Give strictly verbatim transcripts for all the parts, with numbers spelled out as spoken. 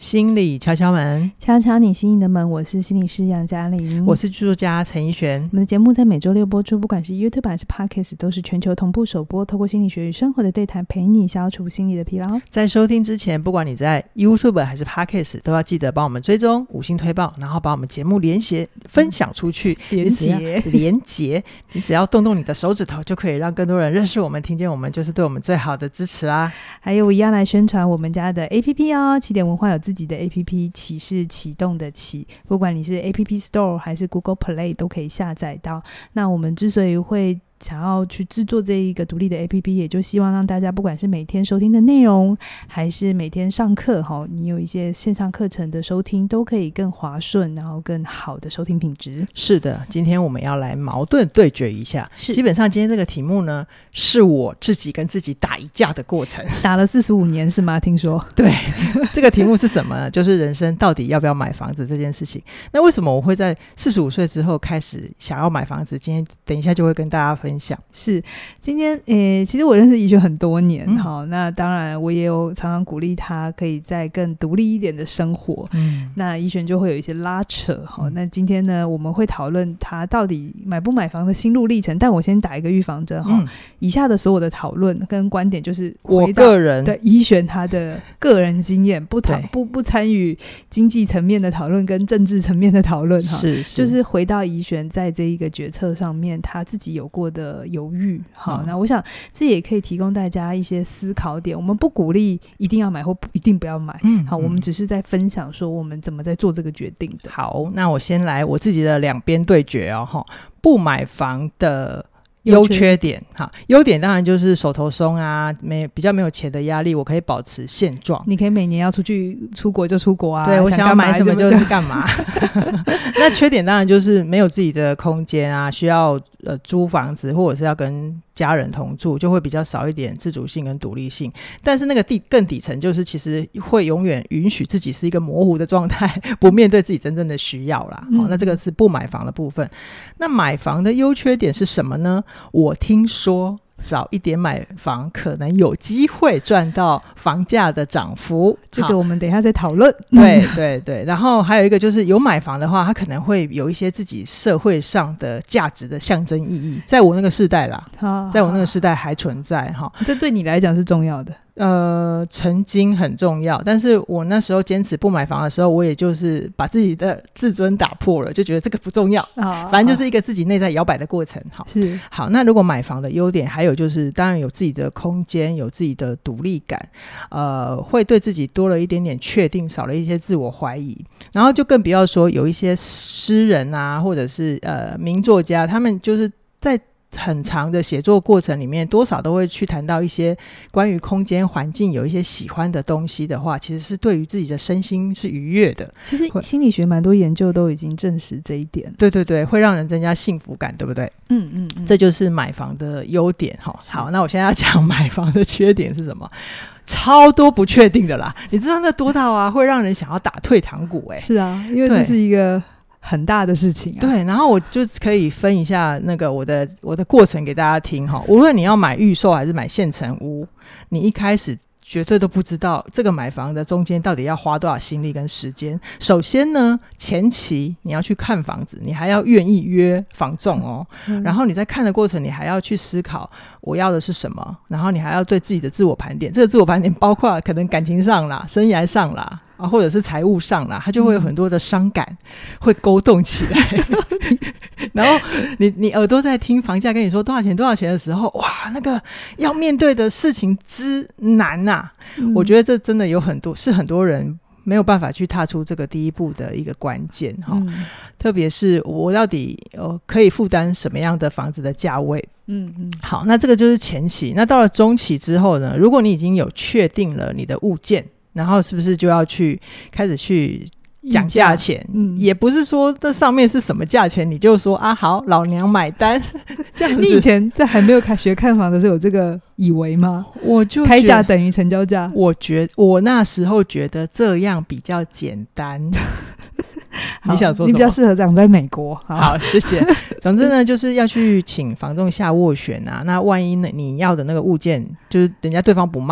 心理敲敲门， 敲敲你心里的门。我是心理师杨嘉玲， 我是剧作家陈怡璇。 我们的节目在每周六播出，不管是 YouTube 还是 Podcast 都是全球同步首播，透过心理学与生活的对谈，陪你消除心理的疲劳。 在收听之前，不管你在 YouTube 还是 Podcast 都要记得帮我们追踪、五星推报，然后把我们节目连结分享出去， 连结连结你只要动动你的手指头，就可以让更多人认识我们，听见我们，就是对我们最好的支持啦。 还有我一样来宣传我们家的 A P P 哦，起点文化有自己的 A P P， 启是启动的启，不管你是 A P P Store 还是 Google Play 都可以下载到。那我们之所以会想要去制作这一个独立的 A P P， 也就希望让大家不管是每天收听的内容还是每天上课，你有一些线上课程的收听都可以更滑顺，然后更好的收听品质。 是的，今天我们要来矛盾对决一下。基本上今天这个题目呢，是我自己跟自己打一架的过程。 打了四十五年是吗？听说。 对，这个题目是什么呢？就是人生到底要不要买房子这件事情。那为什么我会在四十五岁之后开始想要买房子？今天等一下就会跟大家分享。 是今天诶，其实我认识怡璇很多年、嗯、好，那当然我也有常常鼓励他可以再更独立一点的生活、嗯、那怡璇就会有一些拉扯、嗯、那今天呢我们会讨论他到底买不买房的心路历程，但我先打一个预防针、嗯、以下的所有的讨论跟观点就是我个人对怡璇他的个人经验，不讨不不参与经济层面的讨论跟政治层面的讨论， 是是就是回到怡璇在这一个决策上面他自己有过的犹豫。好、嗯，那我想这也可以提供大家一些思考点。我们不鼓励一定要买或一定不要买，嗯，好，我们只是在分享说我们怎么在做这个决定的。 好，那我先来我自己的两边对决哦，不买房的优缺点。好，优点当然就是手头松啊，没比较没有钱的压力，我可以保持现状。 你可以每年要出去出国就出国啊， 对，我想要买什么就是干嘛。那缺点当然就是没有自己的空间啊，需要呃租房子或者是要跟家人同住，就会比较少一点自主性跟独立性。但是那个底更底层就是其实会永远允许自己是一个模糊的状态，不面对自己真正的需要啦、嗯哦、那这个是不买房的部分。那买房的优缺点是什么呢？我听说早一点买房可能有机会赚到房价的涨幅， 这个我们等一下再讨论。 对对对，然后还有一个就是有买房的话，它可能会有一些自己社会上的价值的象征意义，在我那个世代啦，在我那个世代还存在。 这对你来讲是重要的。 呃，曾经很重要，但是我那时候坚持不买房的时候，我也就是把自己的自尊打破了，就觉得这个不重要，哦、反正就是一个自己内在摇摆的过程。好， 是好。那如果买房的优点，还有就是当然有自己的空间，有自己的独立感，呃，会对自己多了一点点确定，少了一些自我怀疑。然后就更不要说有一些诗人啊，或者是呃名作家，他们就是在很长的写作过程里面多少都会去谈到一些关于空间环境有一些喜欢的东西的话，其实是对于自己的身心是愉悦的。 其实心理学蛮多研究都已经证实这一点。 对对对，会让人增加幸福感，对不对？嗯嗯嗯，这就是买房的优点。好，那我现在要讲买房的缺点是什么？超多不确定的啦，你知道那多到啊会让人想要打退堂鼓。欸、 是啊，因为这是一个很大的事情啊。 对，然后我就可以分一下那个我的我的过程给大家听哈。无论你要买预售还是买现成屋，你一开始绝对都不知道这个买房的中间到底要花多少心力跟时间。首先呢，前期你要去看房子，你还要愿意约房仲哦、嗯、然后你在看的过程你还要去思考我要的是什么，然后你还要对自己的自我盘点。这个自我盘点包括可能感情上啦，生涯上啦，啊，或者是财务上啦，它就会有很多的伤感、嗯、会勾动起来然后你你耳朵在听房价跟你说多少钱多少钱的时候，哇，那个要面对的事情之难啊、嗯、我觉得这真的有很多是很多人没有办法去踏出这个第一步的一个关键、嗯、特别是我到底、呃、可以负担什么样的房子的价位。嗯嗯，好，那这个就是前期。那到了中期之后呢，如果你已经有确定了你的物件，然后是不是就要去开始去讲价钱？嗯，也不是说这上面是什么价钱你就说啊好老娘买单这样子。 你以前在还没有开学看房的时候有这个以为吗？ 我就开价等于成交价。 我觉我那时候觉得这样比较简单你想说什么？ 你比较适合长在美国。 好, 好谢谢总之呢就是要去请房仲下斡旋啊，那万一呢你要的那个物件就是人家对方不卖，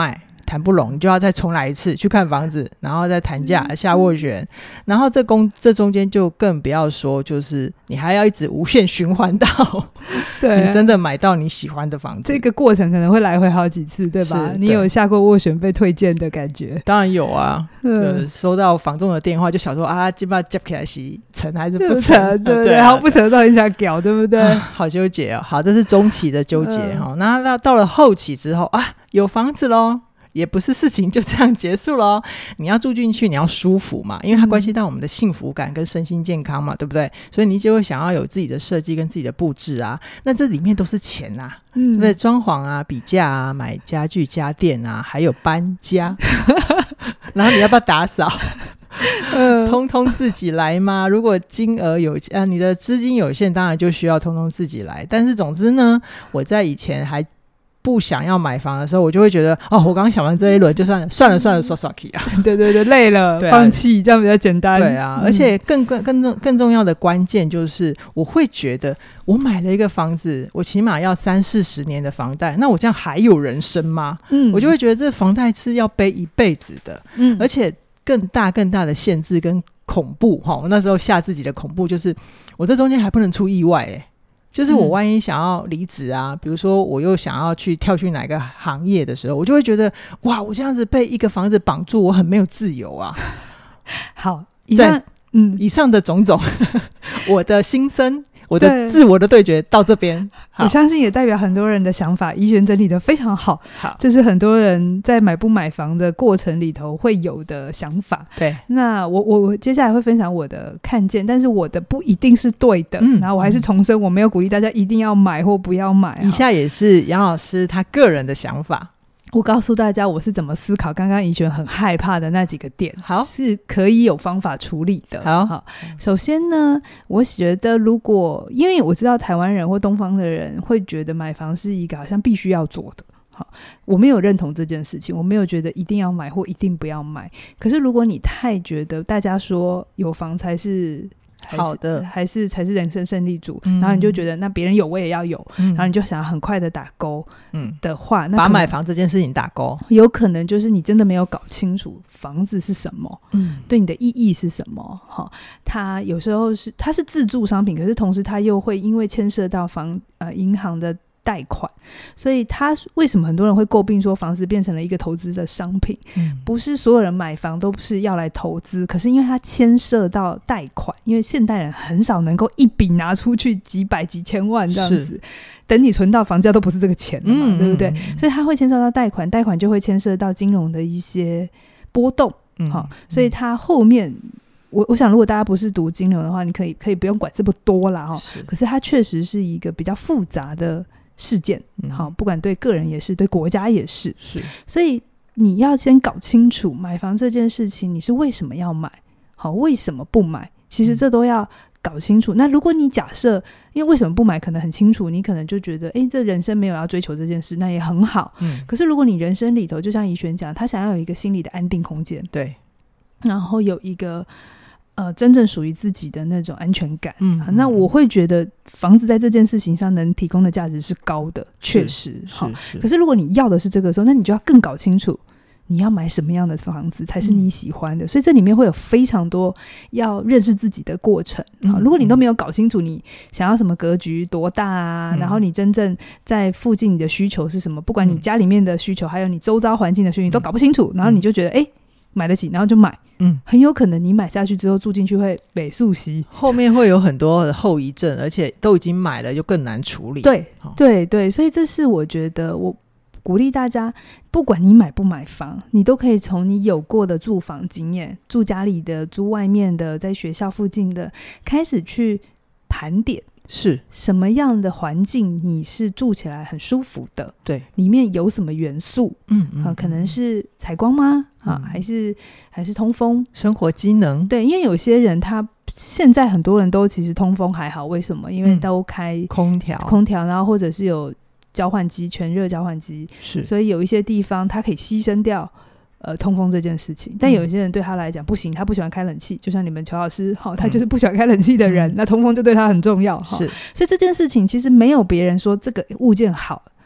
谈不拢，你就要再重来一次去看房子，然后再谈价下斡旋，然后这公这中间就更不要说，就是你还要一直无限循环到对你真的买到你喜欢的房子， 这个过程可能会来回好几次，对吧？你有下过斡旋被推荐的感觉？ 当然有啊，嗯、收到房仲的电话就想说啊，基本上接起来是成还是不成， 对不对？然后不成都很想屌，对不对？ 啊、好纠结哦。好，这是中期的纠结哈、嗯。那到到了后期之后啊，有房子咯，也不是事情就这样结束咯，你要住进去，你要舒服嘛，因为它关系到我们的幸福感跟身心健康嘛，对不对？所以你就会想要有自己的设计跟自己的布置啊，那这里面都是钱啊，嗯、对不对？装潢啊，比价啊，买家具家电啊，还有搬家然后你要不要打扫通通自己来吗？如果金额有呃你的资金有限，当然就需要通通自己来。但是总之呢，我在以前还不想要买房的时候，我就会觉得哦，我刚刚想完这一轮就算了算了算了，刷刷去啊， 对对对，累了、啊、放弃，这样比较简单。 对啊、嗯、而且更更更重更重要的关键就是我会觉得我买了一个房子，我起码要三四十年的房贷，那我这样还有人生吗？嗯，我就会觉得这房贷是要背一辈子的。嗯，而且更大更大的限制跟恐怖、哦、我那时候吓自己的恐怖就是我这中间还不能出意外耶，就是我万一想要离职啊、嗯、比如说我又想要去跳去哪个行业的时候，我就会觉得哇，我这样子被一个房子绑住，我很没有自由啊。 好，以上嗯，以上的种种我的心声，我的自我的对决到这边， 我相信也代表很多人的想法。怡璇整理的非常好，好，这是很多人在买不买房的过程里头会有的想法。 对， 那我我接下来会分享我的看见，但是我的不一定是对的。嗯，然后我还是重申，我没有鼓励大家一定要买或不要买。 以下也是杨老师他个人的想法。 我告诉大家我是怎么思考刚刚怡璇很害怕的那几个点， 好， 是可以有方法处理的。 好， 好，首先呢，我觉得如果因为我知道台湾人或东方的人会觉得买房是一个好像必须要做的，好，我没有认同这件事情，我没有觉得一定要买或一定不要买。可是如果你太觉得大家说有房才是好的， 还是才是人生胜利组、嗯、然后你就觉得那别人有我也要有、嗯、然后你就想要很快的打勾的话、嗯、那把买房这件事情打勾， 有可能就是你真的没有搞清楚房子是什么、嗯、对你的意义是什么。它有时候是它是自住商品，可是同时它又会因为牵涉到房呃银行的贷款，所以他为什么很多人会诟病说房子变成了一个投资的商品、嗯、不是所有人买房都是要来投资，可是因为它牵涉到贷款，因为现代人很少能够一笔拿出去几百几千万这样子，等你存到房价都不是这个钱了嘛、嗯、对不对？所以它会牵涉到贷款，贷款就会牵涉到金融的一些波动、嗯哦、所以它后面我, 我想如果大家不是读金融的话，你可以可以不用管这么多啦、哦、是，可是它确实是一个比较复杂的事件、嗯、好，不管对个人也是对国家也是，是，所以你要先搞清楚买房这件事情你是为什么要买，好，为什么不买，其实这都要搞清楚、嗯、那如果你假设因为为什么不买可能很清楚，你可能就觉得诶这人生没有要追求这件事，那也很好、嗯、可是如果你人生里头就像怡璇讲，他想要有一个心理的安定空间，对，然后有一个呃，真正属于自己的那种安全感、嗯啊、那我会觉得房子在这件事情上能提供的价值是高的，确实好。可是如果你要的是这个时候，那你就要更搞清楚你要买什么样的房子才是你喜欢的、嗯、所以这里面会有非常多要认识自己的过程、嗯、如果你都没有搞清楚你想要什么格局多大啊、嗯、然后你真正在附近你的需求是什么，不管你家里面的需求还有你周遭环境的需求你都搞不清楚、嗯、然后你就觉得哎买得起然后就买，嗯，很有可能你买下去之后住进去会北宿西， 后面会有很多的后遗症，而且都已经买了就更难处理。 对、哦、对对，所以这是我觉得我鼓励大家，不管你买不买房，你都可以从你有过的住房经验，住家里的住外面的在学校附近的开始去盘点是什么样的环境你是住起来很舒服的，对，里面有什么元素，嗯嗯、啊、可能是采光吗、啊嗯、还是还是通风生活机能， 对，因为有些人他现在很多人都其实通风还好，为什么？因为都开、嗯、空调空调然后或者是有交换机全热交换机，是，所以有一些地方它可以牺牲掉呃，通风这件事情，但有一些人对他来讲不行，他不喜欢开冷气，就像你们邱老师、哦、他就是不喜欢开冷气的人、嗯、那通风就对他很重要、哦、是，所以这件事情其实没有别人说这个物件好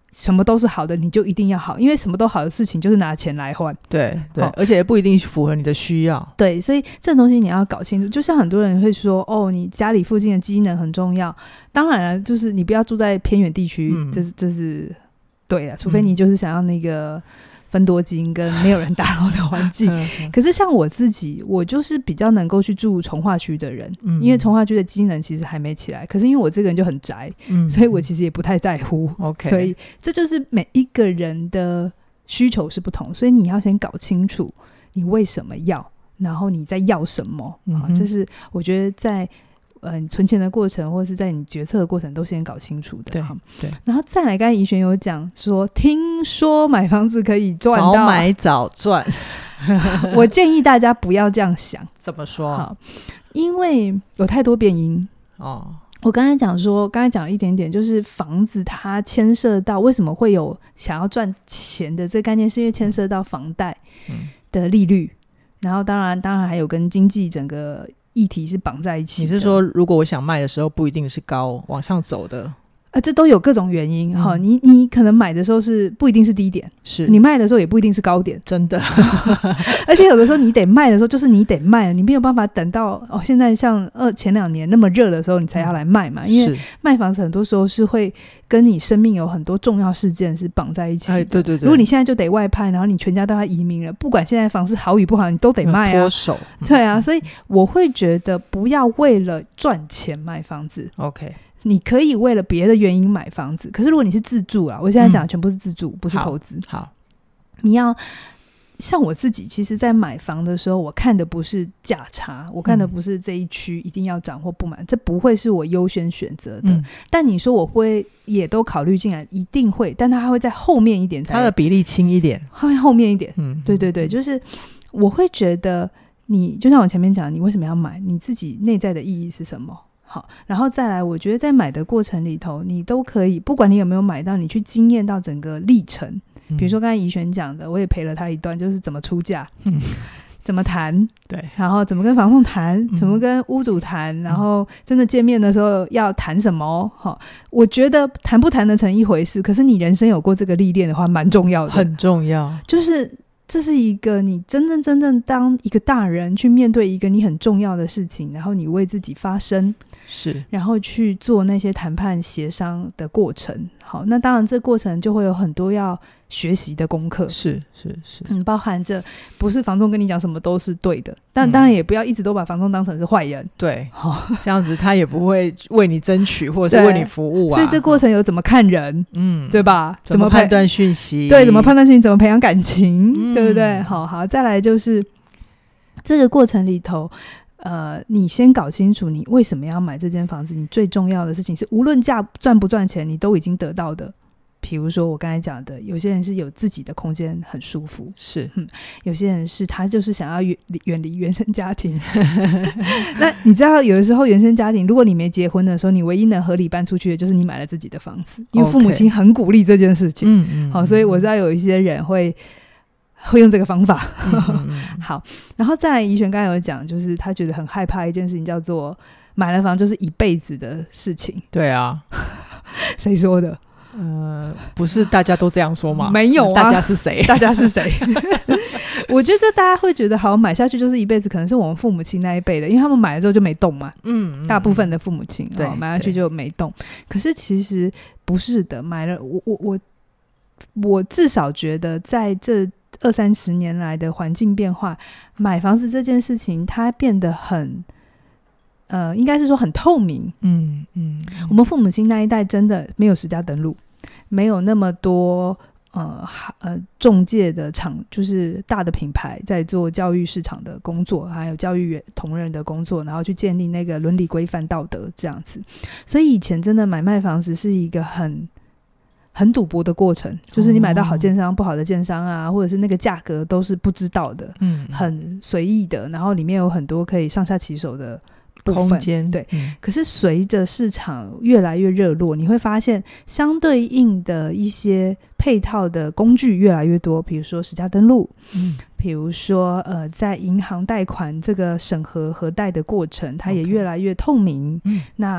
什么都是好的你就一定要好，因为什么都好的事情就是拿钱来换。 对对、 哦， 而且不一定符合你的需要。 对，所以这东西你要搞清楚。就像很多人会说哦，你家里附近的机能很重要，当然了，就是你不要住在偏远地区、嗯、这是这是对了，除非你就是想要那个分多金跟没有人打扰的环境可是像我自己，我就是比较能够去住从化区的人、嗯、因为从化区的机能其实还没起来，可是因为我这个人就很宅、嗯、所以我其实也不太在乎、okay. 所以这就是每一个人的需求是不同，所以你要先搞清楚你为什么要，然后你在要什么、嗯啊、这是我觉得在呃，存钱的过程或是在你决策的过程都先搞清楚的。 对对， 然后再来，刚才怡璇有讲说听说买房子可以赚到， 早买早赚我建议大家不要这样想。 怎么说？ 好，因为有太多变因哦。我刚才讲说刚才讲了一点点，就是房子它牵涉到为什么会有想要赚钱的这个概念，是因为牵涉到房贷的利率、嗯、然后当然当然还有跟经济整个议题是绑在一起的。 你是说如果我想卖的时候不一定是高往上走的啊，这都有各种原因、嗯、你你可能买的时候是不一定是低点， 是你卖的时候也不一定是高点， 真的而且有的时候你得卖的时候就是你得卖了，你没有办法等到哦，现在像呃前两年那么热的时候你才要来卖嘛、嗯、因为卖房子很多时候是会跟你生命有很多重要事件是绑在一起的、哎、 对对对， 如果你现在就得外派，然后你全家都要移民了，不管现在房市好与不好你都得卖啊， 脱手、 嗯、对啊，所以我会觉得不要为了赚钱买房子 OK， 你可以为了别的原因买房子，可是如果你是自住啊，我现在讲的全部是自住、嗯、不是投资。 好，好， 你要像我自己，其实在买房的时候我看的不是价差，我看的不是这一区一定要涨或不满、嗯、这不会是我优先选择的、嗯、但你说我会也都考虑进来，一定会，但它会在后面一点才， 它的比例轻一点， 会后面一点。嗯，对对对，就是我会觉得你就像我前面讲，你为什么要买，你自己内在的意义是什么。好，然后再来，我觉得在买的过程里头，你都可以，不管你有没有买到，你去经验到整个历程。嗯、比如说刚才怡璇讲的，我也陪了他一段，就是怎么出价，嗯、怎么谈， 对， 然后怎么跟房仲谈、嗯，怎么跟屋主谈、嗯，然后真的见面的时候要谈什么。好，我觉得谈不谈得成一回事，可是你人生有过这个历练的话，蛮重要的， 很重要， 就是。这是一个你真正真正当一个大人去面对一个你很重要的事情，然后你为自己发声， 是， 然后去做那些谈判协商的过程。好，那当然这过程就会有很多要学习的功课， 是是是， 嗯，包含着不是房仲跟你讲什么都是对的，但当然也不要一直都把房仲当成是坏人， 对，这样子他也不会为你争取或者是为你服务啊。 所以这过程有怎么看人，嗯，对吧？ 怎么判断讯息？ 对，怎么判断讯息？怎么培养感情？嗯、对不对？好好，再来就是这个过程里头。呃，你先搞清楚你为什么要买这间房子，你最重要的事情是无论价赚不赚钱你都已经得到的。比如说我刚才讲的，有些人是有自己的空间很舒服， 是、 嗯、有些人是他就是想要远远离原生家庭那你知道有的时候原生家庭，如果你没结婚的时候，你唯一能合理搬出去的就是你买了自己的房子，因为父母亲很鼓励这件事情、okay. 嗯嗯好，所以我知道有一些人会会用这个方法嗯嗯好，然后再来怡璇刚才有讲，就是他觉得很害怕一件事情，叫做买了房就是一辈子的事情。 对啊谁说的？ 呃，不是大家都这样说吗？ 没有啊， 大家是谁？ 大家是谁？我觉得大家会觉得好买下去就是一辈子，可能是我们父母亲那一辈的，因为他们买了之后就没动嘛。嗯，大部分的父母亲对、哦、买下去就没动。可是其实不是的，买了我我我我至少觉得在这二三十年来的环境变化，买房子这件事情它变得很呃，应该是说很透明。嗯嗯，我们父母亲那一代真的没有实价登录，没有那么多呃呃中介的厂，就是大的品牌在做教育市场的工作，还有教育同仁的工作，然后去建立那个伦理规范道德这样子。所以以前真的买卖房子是一个很很赌博的过程，就是你买到好建商、哦、不好的建商啊，或者是那个价格都是不知道的，嗯，很随意的，然后里面有很多可以上下其手的空间，对、嗯。可是随着市场越来越热络，你会发现相对应的一些配套的工具越来越多，比如说实价登录，嗯，比如说呃，在银行贷款这个审核核贷的过程，它也越来越透明。嗯、那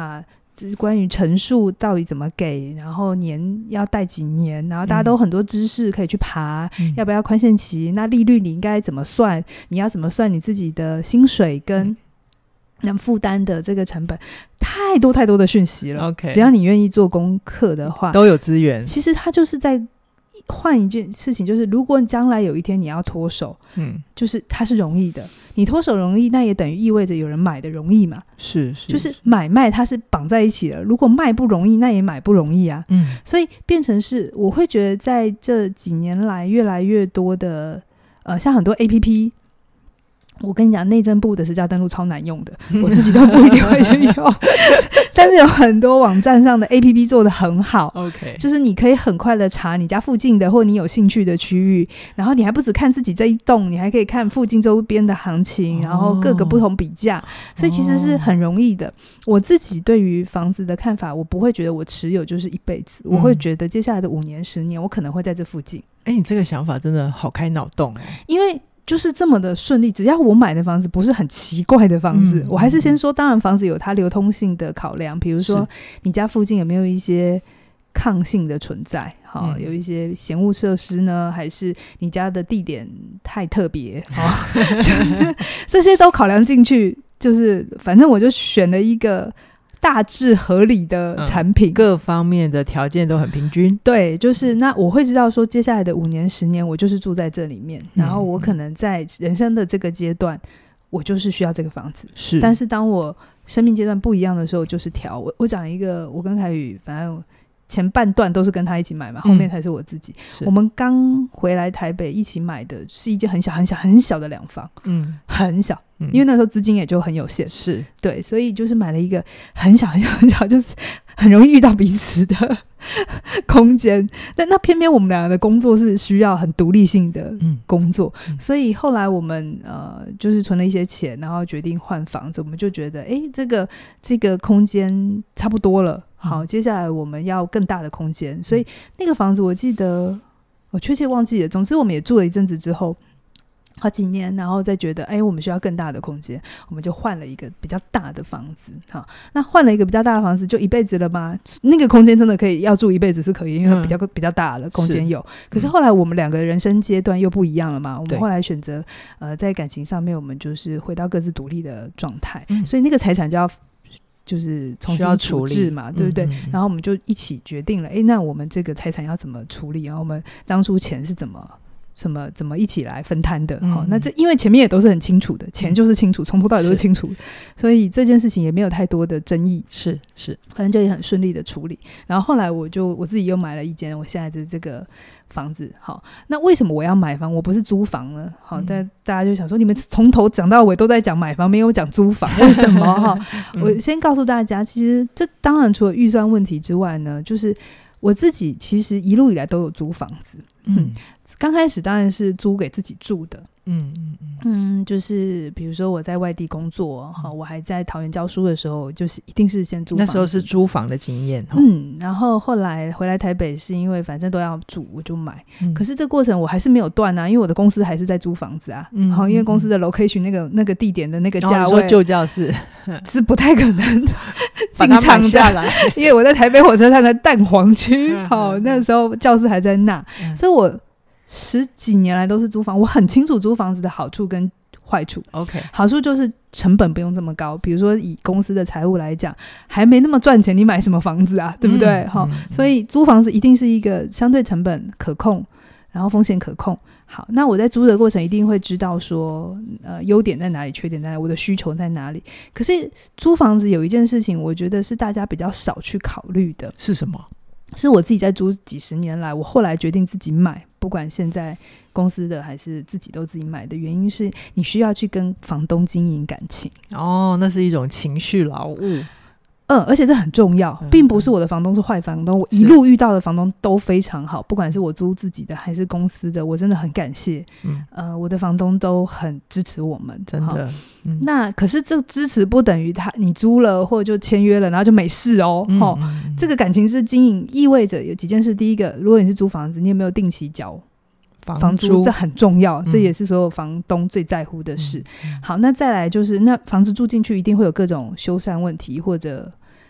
关于成数到底怎么给，然后年要贷几年，然后大家都很多知识可以去爬、嗯、要不要宽限期，那利率你应该怎么算，你要怎么算你自己的薪水跟能负担的这个成本，太多太多的讯息了、 okay. 只要你愿意做功课的话都有资源。 其实它就是在换一件事情，就是如果将来有一天你要脱手，嗯，就是它是容易的，你脱手容易，那也等于意味着有人买的容易嘛， 是是， 就是买卖它是绑在一起的，如果卖不容易，那也买不容易啊，嗯，所以变成是我会觉得在这几年来越来越多的呃，像很多 A P P，我跟你讲，内政部的实价登录超难用的，我自己都不一定会去用但是有很多网站上的 A P P 做得很好， OK， 就是你可以很快的查你家附近的或你有兴趣的区域，然后你还不只看自己这一栋，你还可以看附近周边的行情、哦、然后各个不同比价，所以其实是很容易的、哦、我自己对于房子的看法，我不会觉得我持有就是一辈子、嗯、我会觉得接下来的五年十年我可能会在这附近。 哎，你这个想法真的好开脑洞哎， 因为就是这么的顺利，只要我买的房子不是很奇怪的房子、嗯、我还是先说当然房子有它流通性的考量，比如说你家附近有没有一些抗性的存在、哦嗯、有一些嫌恶设施呢，还是你家的地点太特别、哦、就是这些都考量进去，就是反正我就选了一个大致合理的产品、嗯、 各方面的条件都很平均。 对，就是那我会知道说接下来的五年十年我就是住在这里面、嗯、然后我可能在人生的这个阶段我就是需要这个房子， 是， 但是当我生命阶段不一样的时候就是调。我我讲一个，我跟凯宇反正前半段都是跟他一起买嘛，后面才是我自己、嗯、我们刚回来台北一起买的是一间很小很小很小的两房，嗯，很小，因为那时候资金也就很有限， 是对， 所以就是买了一个很小很小很小，就是很容易遇到彼此的空间。但那偏偏我们两个的工作是需要很独立性的工作、嗯嗯、所以后来我们呃就是存了一些钱，然后决定换房子。我们就觉得哎，这个这个空间差不多了，好，接下来我们要更大的空间。所以那个房子我记得我确切忘记了，总之我们也住了一阵子之后好几年，然后再觉得哎，我们需要更大的空间，我们就换了一个比较大的房子。好，那换了一个比较大的房子就一辈子了吗？那个空间真的可以要住一辈子是可以，因为比较、嗯、比较大的空间有。可是后来我们两个人生阶段又不一样了嘛，我们后来选择呃在感情上面我们就是回到各自独立的状态、嗯、所以那个财产就要就是重新处置嘛，对不对、嗯嗯嗯、然后我们就一起决定了哎，那我们这个财产要怎么处理，然后我们当初钱是怎么什么怎么一起来分摊的、嗯哦、那这因为前面也都是很清楚的，钱就是清楚，从头到尾都是清楚的，所以这件事情也没有太多的争议， 是是， 反正就也很顺利的处理。然后后来我就我自己又买了一间我现在的这个房子。好，那为什么我要买房我不是租房呢？好，但、嗯、大家就想说你们从头讲到尾都在讲买房没有讲租房，为什么哈、嗯？我先告诉大家，其实这当然除了预算问题之外呢，就是我自己其实一路以来都有租房子。嗯，刚开始当然是租给自己住的，嗯嗯嗯嗯，就是比如说我在外地工作，嗯、我还在桃园教书的时候，就是一定是先租房子， 那时候是租房的经验， 嗯，然后后来回来台北是因为反正都要住，我就买、嗯。可是这过程我还是没有断啊，因为我的公司还是在租房子啊，嗯、然后因为公司的 location 那个那个地点的那个价位， 说旧教室是不太可能进场下来， 因为我在台北火车站的蛋黄区，好，那时候教室还在那，嗯、所以我十几年来都是租房，我很清楚租房子的好处跟坏处。 OK， 好处就是成本不用这么高，比如说以公司的财务来讲还没那么赚钱，你买什么房子啊，对不对、嗯嗯、所以租房子一定是一个相对成本可控，然后风险可控。好，那我在租的过程一定会知道说呃，优点在哪里，缺点在哪里，我的需求在哪里。可是租房子有一件事情我觉得是大家比较少去考虑的， 是什么？ 是我自己在租几十年来，我后来决定自己买，不管现在公司的还是自己都自己买的原因是你需要去跟房东经营感情。 哦，那是一种情绪劳务。 嗯，而且这很重要，并不是我的房东是坏房东、嗯、我一路遇到的房东都非常好，不管是我租自己的还是公司的，我真的很感谢、嗯呃、我的房东都很支持我们， 真的、嗯、 那可是这支持不等于他你租了或者就签约了然后就没事哦、嗯嗯、这个感情是经营，意味着有几件事。第一个，如果你是租房子，你有没有定期缴房租，这很重要、嗯、这也是所有房东最在乎的事、嗯嗯、好，那再来就是那房子住进去一定会有各种修缮问题或者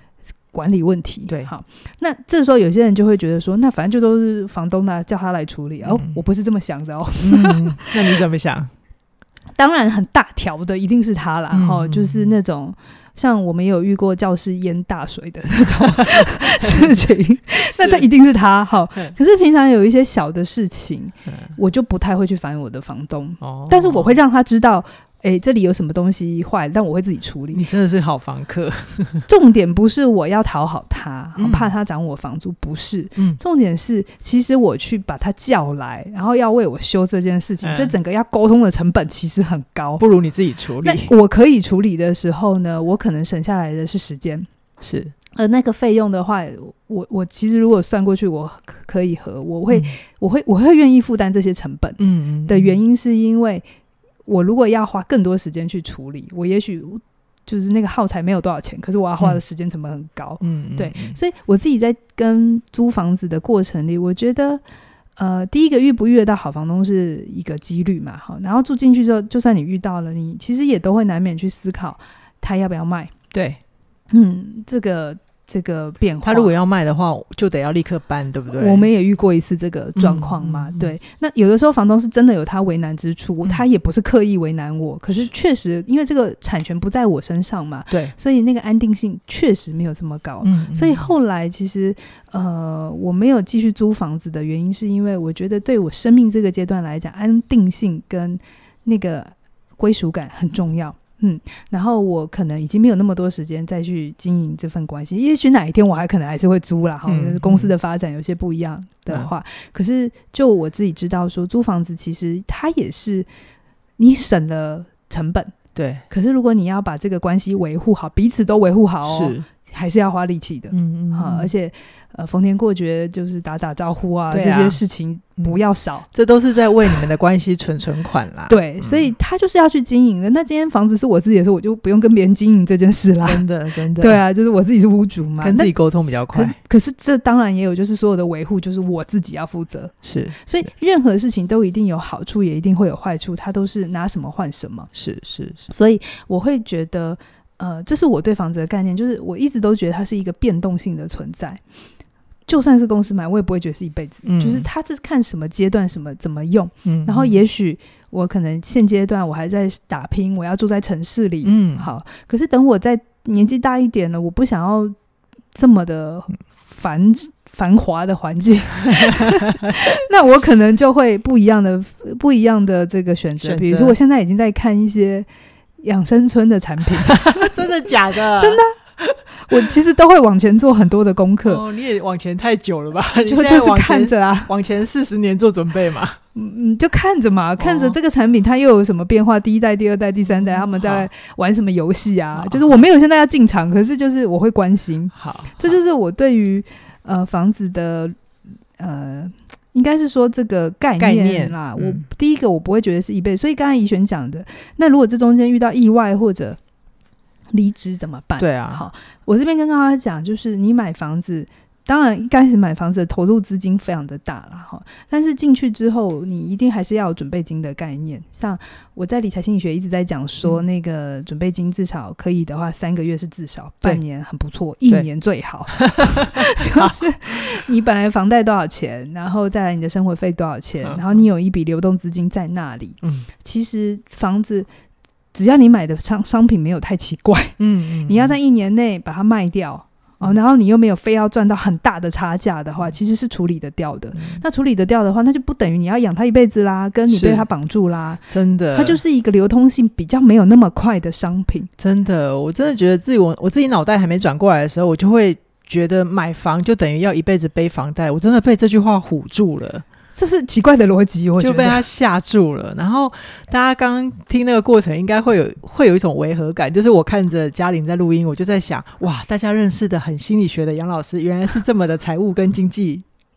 管理问题。 对， 好，那这时候有些人就会觉得说，那反正就都是房东的，叫他来处理。哦，我不是这么想的哦。 嗯，那你怎么想？ 当然很大条的一定是他啦，嗯哦、就是那种像我们也有遇过教室淹大水的那种事情那他一定是他。好，可是平常有一些小的事情我就不太会去烦我的房东、哦、但是我会让他知道哎，这里有什么东西坏，但我会自己处理。 你真的是好房客。 重点不是我要讨好他、嗯、怕他涨我房租，不是、嗯、重点是其实我去把他叫来，然后要为我修这件事情、嗯、这整个要沟通的成本其实很高， 不如你自己处理。 那我可以处理的时候呢，我可能省下来的是时间， 是而那个费用的话，我我其实如果算过去，我可以和我会、嗯、我会我会愿意负担这些成本的原因是因为我如果要花更多时间去处理，我也许就是那个耗材没有多少钱，可是我要花的时间成本很高。嗯，对，所以我自己在跟租房子的过程里，我觉得呃，第一个遇不遇得到好房东是一个几率嘛，然后住进去之后，就算你遇到了，你其实也都会难免去思考他要不要卖。 对， 嗯，这个这个变化， 他如果要卖的话就得要立刻搬，对不对？ 我们也遇过一次这个状况嘛、嗯、对。那有的时候房东是真的有他为难之处、嗯、他也不是刻意为难我，可是确实因为这个产权不在我身上嘛， 对， 所以那个安定性确实没有这么高。嗯，所以后来其实呃，我没有继续租房子的原因是因为我觉得对我生命这个阶段来讲，安定性跟那个归属感很重要。嗯，然后我可能已经没有那么多时间再去经营这份关系，也许哪一天我还可能还是会租啦、嗯、公司的发展有些不一样的话、嗯、可是就我自己知道说租房子其实它也是你省了成本， 对， 可是如果你要把这个关系维护好，彼此都维护好哦，是还是要花力气的。嗯嗯、啊、而且呃，逢年过节就是打打招呼 啊, 啊这些事情不要少、嗯、 这都是在为你们的关系存存款啦。 对、嗯、所以他就是要去经营的。那今天房子是我自己的时候，我就不用跟别人经营这件事啦。 真的真的， 对啊，就是我自己是屋主嘛， 跟自己沟通比较快。 可, 可是这当然也有就是所有的维护就是我自己要负责， 是， 所以任何事情都一定有好处也一定会有坏处，它都是拿什么换什么。 是是是， 所以我会觉得呃，这是我对房子的概念，就是我一直都觉得它是一个变动性的存在，就算是公司买我也不会觉得是一辈子、嗯、就是它这是看什么阶段什么怎么用、嗯、然后也许我可能现阶段我还在打拼，我要住在城市里、嗯、好，可是等我在年纪大一点了，我不想要这么的繁繁华的环境那我可能就会不一样的不一样的这个选择，比如说我现在已经在看一些养生村的产品真的假的？ 真的，我其实都会往前做很多的功课。 哦，你也往前太久了吧？ 就就是看着啊， 往前四十年做准备嘛。 嗯，就看着嘛，看着这个产品它又有什么变化，第一代、第二代、第三代他们在玩什么游戏啊？就是我没有现在要进场，可是就是我会关心。好，这就是我对于呃房子的呃。应该是说这个概念啦，概念、嗯、我第一个我不会觉得是一辈子，所以刚才怡璇讲的，那如果这中间遇到意外或者离职怎么办？ 对啊， 好，我这边跟大家讲，就是你买房子，当然一开始买房子的投入资金非常的大啦，但是进去之后你一定还是要有准备金的概念。像我在理财心理学一直在讲说、嗯、那个准备金至少可以的话三个月是至少，半年很不错，一年最好就是你本来房贷多少钱，然后再来你的生活费多少钱、嗯、然后你有一笔流动资金在那里、嗯、其实房子只要你买的 商, 商品没有太奇怪，嗯嗯，你要在一年内把它卖掉哦，然后你又没有非要赚到很大的差价的话，其实是处理得掉的、嗯、那处理得掉的话，那就不等于你要养它一辈子啦，跟你被它绑住啦，真的，它就是一个流通性比较没有那么快的商品。真的，我真的觉得自己我我自己脑袋还没转过来的时候，我就会觉得买房就等于要一辈子背房贷，我真的被这句话唬住了，这是奇怪的逻辑，我觉得就被他吓住了。然后大家刚刚听那个过程应该会有会有一种违和感，就是我看着嘉玲在录音，我就在想，哇，大家认识的很心理学的杨老师原来是这么的财务跟经济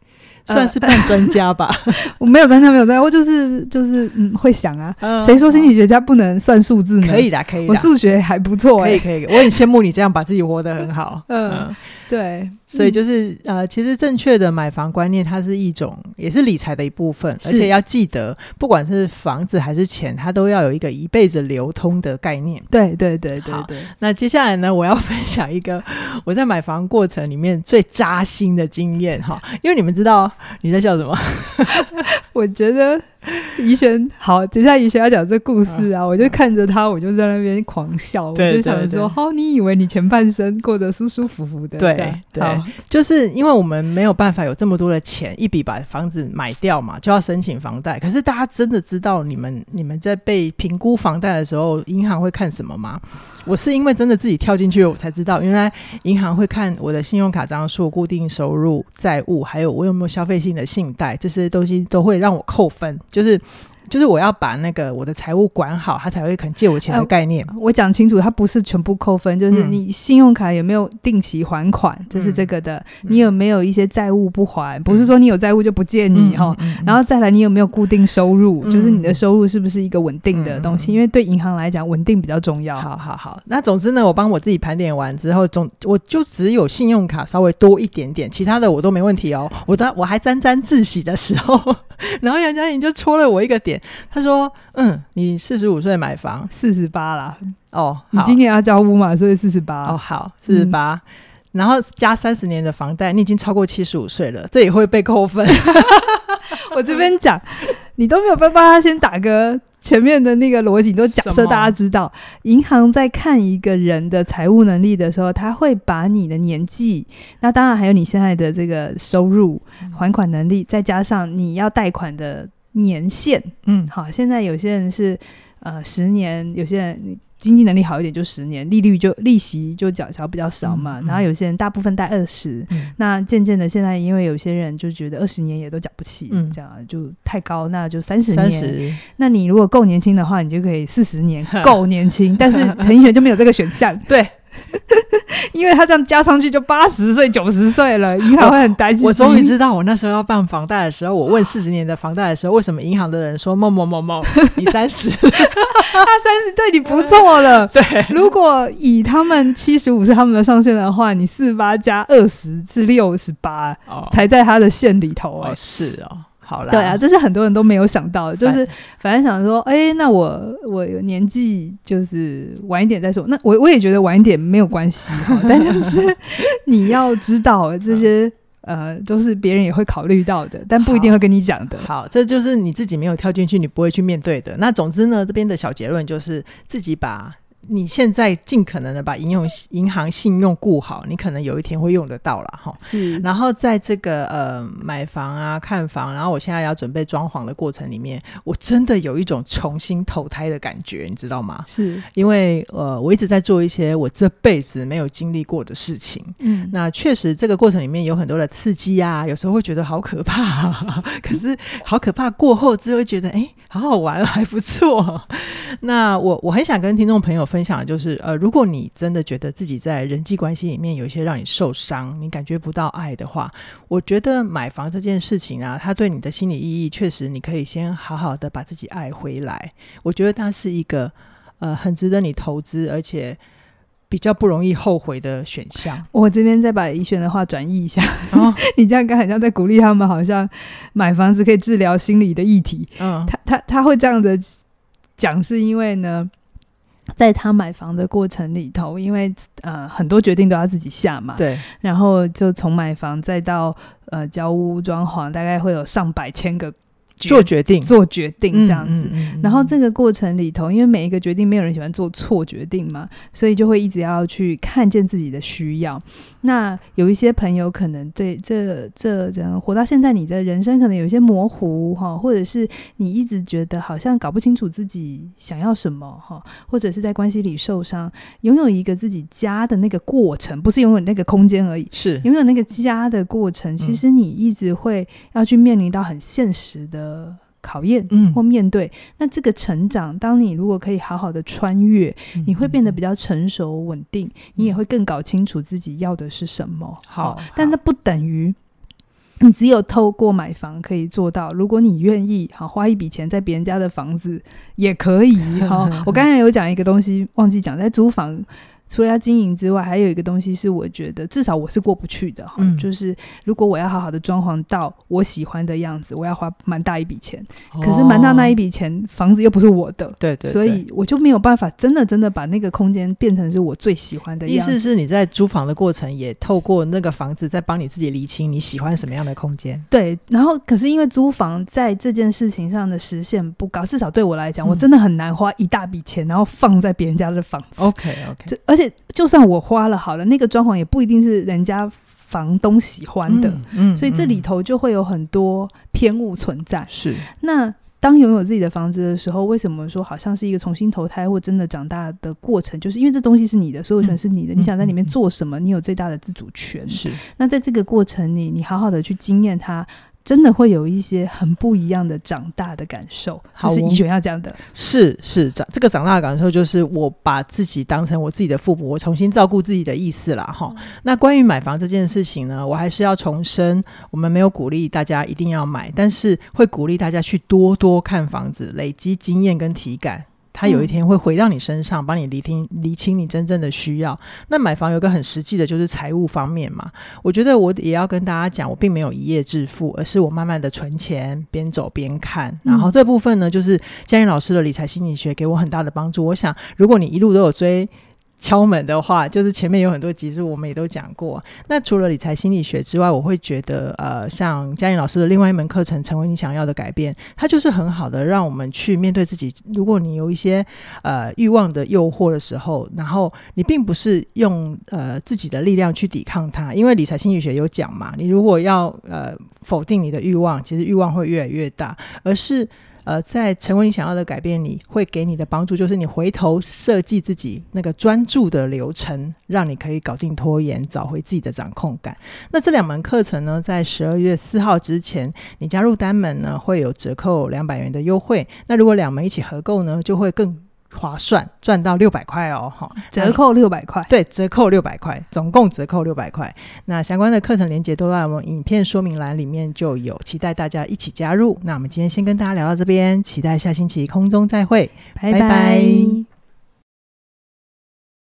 算是半专家吧。 我没有专家，没有专家，我就是就是嗯会想啊，谁、嗯、说心理学家不能算数字呢？ 可以的，可以的， 我数学还不错、欸， 可以可以，我很羡慕你这样把自己活得很好。 嗯，嗯对， 所以就是呃，其实正确的买房观念，它是一种也是理财的一部分，而且要记得，不管是房子还是钱，它都要有一个一辈子流通的概念。 对对对对对。 那接下来呢，我要分享一个我在买房过程里面最扎心的经验哈，因为你们知道你在笑什么？ 我觉得怡璇好，等一下怡璇要讲这故事啊，嗯、我就看着他，我就在那边狂笑， 对对对， 我就想说，好，你以为你前半生过得舒舒服服的？ 对对，就是因为我们没有办法有这么多的钱，一笔把房子买掉嘛，就要申请房贷。可是大家真的知道你们你们在被评估房贷的时候，银行会看什么吗？我是因为真的自己跳进去我才知道，原来银行会看我的信用卡张数、固定收入、债务，还有我有没有消费性的信贷，这些东西都会让我扣分，就是就是我要把那个我的财务管好，他才会肯借我钱的概念、 呃、我讲清楚，它不是全部扣分，就是你信用卡有没有定期还款、嗯、这是这个的、嗯、你有没有一些债务不还、嗯、不是说你有债务就不借你、嗯嗯、然后再来你有没有固定收入、嗯、就是你的收入是不是一个稳定的东西、嗯、因为对银行来讲稳定比较重要。 好好好，那总之呢，我帮我自己盘点完之后，总我就只有信用卡稍微多一点点，其他的我都没问题哦。我的我还沾沾自喜的时候然后杨嘉玲就戳了我一个点，他说嗯，你四十五岁买房， 四十八啦。 哦， 你今年要交屋嘛，所以四十八。 哦，好，四十八，然后加三十年的房贷，你已经超过七十五岁了，这也会被扣分。 我这边讲，你都没有办法，他先打个前面的那个逻辑，都假设大家知道，银行在看一个人的财务能力的时候，他会把你的年纪，那当然还有你现在的这个收入、还款能力，再加上你要贷款的年限。嗯，好，现在有些人是呃十年，有些人经济能力好一点就十年，利率就利息就缴缴比较少嘛、嗯嗯、然后有些人大部分贷二十、嗯、那渐渐的现在因为有些人就觉得二十年也都缴不起、嗯、这样就太高，那就三十年三十，那你如果够年轻的话，你就可以四十年够年轻但是陈奕迅就没有这个选项。对，因为他这样加上去就八十岁九十岁了，银行会很担心。 我终于知道我那时候要办房贷的时候，我问四十年的房贷的时候，为什么银行的人说某某某某你三十他三十对你不错了。 对， 如果以他们七十五是他们的上限的话，你四十八加二十是六十八，才在他的线里头、欸哦、是哦，好啦， 对啊，这是很多人都没有想到的，就是反正想说哎、欸，那我我有年纪就是晚一点再说，那我我也觉得晚一点没有关系但就是你要知道这些呃都是别人也会考虑到的，但不一定会跟你讲的。 好，好，这就是你自己没有跳进去你不会去面对的。那总之呢，这边的小结论就是自己把你现在尽可能的把银用银行信用顾好，你可能有一天会用得到啦齁。是，然后在这个呃买房啊看房，然后我现在要准备装潢的过程里面，我真的有一种重新投胎的感觉，你知道吗？是因为呃我一直在做一些我这辈子没有经历过的事情。嗯，那确实这个过程里面有很多的刺激啊，有时候会觉得好可怕、啊、可是好可怕过后之后会觉得哎好好玩还不错。那我我很想跟听众朋友分享的就是呃，如果你真的觉得自己在人际关系里面有一些让你受伤，你感觉不到爱的话，我觉得买房这件事情啊，它对你的心理意义确实你可以先好好的把自己爱回来。我觉得它是一个呃很值得你投资而且比较不容易后悔的选项。 我这边再把怡璇的话转译一下、哦、你这样刚才像在鼓励他们好像买房子可以治疗心理的议题。嗯，他他他会这样的讲是因为呢在他买房的过程里头，因为呃很多决定都要自己下嘛，对，然后就从买房再到呃交屋装潢，大概会有上百千个做决定做决定这样子、嗯嗯嗯、然后这个过程里头，因为每一个决定没有人喜欢做错决定嘛，所以就会一直要去看见自己的需要。那有一些朋友可能对这这人活到现在，你的人生可能有一些模糊，或者是你一直觉得好像搞不清楚自己想要什么，或者是在关系里受伤，拥有一个自己家的那个过程，不是拥有那个空间而已，是拥有那个家的过程，其实你一直会要去面临到很现实的考验或面对、嗯、那这个成长，当你如果可以好好的穿越、嗯、你会变得比较成熟稳定、嗯、你也会更搞清楚自己要的是什么。好，但那不等于你只有透过买房可以做到，如果你愿意好花一笔钱在别人家的房子也可以好我刚才有讲一个东西忘记讲，在租房除了要经营之外，还有一个东西是我觉得至少我是过不去的、嗯、就是如果我要好好的装潢到我喜欢的样子，我要花蛮大一笔钱、哦、可是蛮大那一笔钱房子又不是我的， 对 对, 对， 所以我就没有办法真的真的把那个空间变成是我最喜欢的样子。 意思是你在租房的过程也透过那个房子在帮你自己厘清你喜欢什么样的空间。 对，然后可是因为租房在这件事情上的实现不高，至少对我来讲、嗯、我真的很难花一大笔钱然后放在别人家的房子。 OK OK， 而且就算我花了好了，那个装潢也不一定是人家房东喜欢的、嗯嗯、所以这里头就会有很多偏误存在。是，那当拥有自己的房子的时候，为什么说好像是一个重新投胎或真的长大的过程，就是因为这东西是你的，所有权是你的、嗯、你想在里面做什么、嗯、你有最大的自主权。是，那在这个过程里你好好的去经验它，真的会有一些很不一样的长大的感受。这是怡璇要讲的。是是，这个长大的感受就是我把自己当成我自己的父母，我重新照顾自己的意思啦、嗯、那关于买房这件事情呢，我还是要重申，我们没有鼓励大家一定要买，但是会鼓励大家去多多看房子，累积经验跟体感，它有一天会回到你身上，帮你厘清厘清你真正的需要。那买房有个很实际的就是财务方面嘛，我觉得我也要跟大家讲，我并没有一夜致富，而是我慢慢的存钱，边走边看。然后这部分呢，就是嘉玲老师的理财心理学给我很大的帮助。我想如果你一路都有追敲门的话，就是前面有很多集数我们也都讲过。那除了理财心理学之外，我会觉得呃，像嘉玲老师的另外一门课程成为你想要的改变，它就是很好的让我们去面对自己，如果你有一些呃欲望的诱惑的时候，然后你并不是用呃自己的力量去抵抗它，因为理财心理学有讲嘛，你如果要呃否定你的欲望，其实欲望会越来越大，而是呃，在成为你想要的改变里会给你的帮助，就是你回头设计自己那个专注的流程，让你可以搞定拖延，找回自己的掌控感。那这两门课程呢，在十二月四号之前你加入单门呢，会有折扣两百元的优惠，那如果两门一起合购呢，就会更划算，赚到六百块哦，折扣六百块， 对，折扣六百块，总共折扣六百块。那相关的课程连结都在我们影片说明栏里面就有，期待大家一起加入。那我们今天先跟大家聊到这边，期待下星期空中再会，拜拜。拜拜。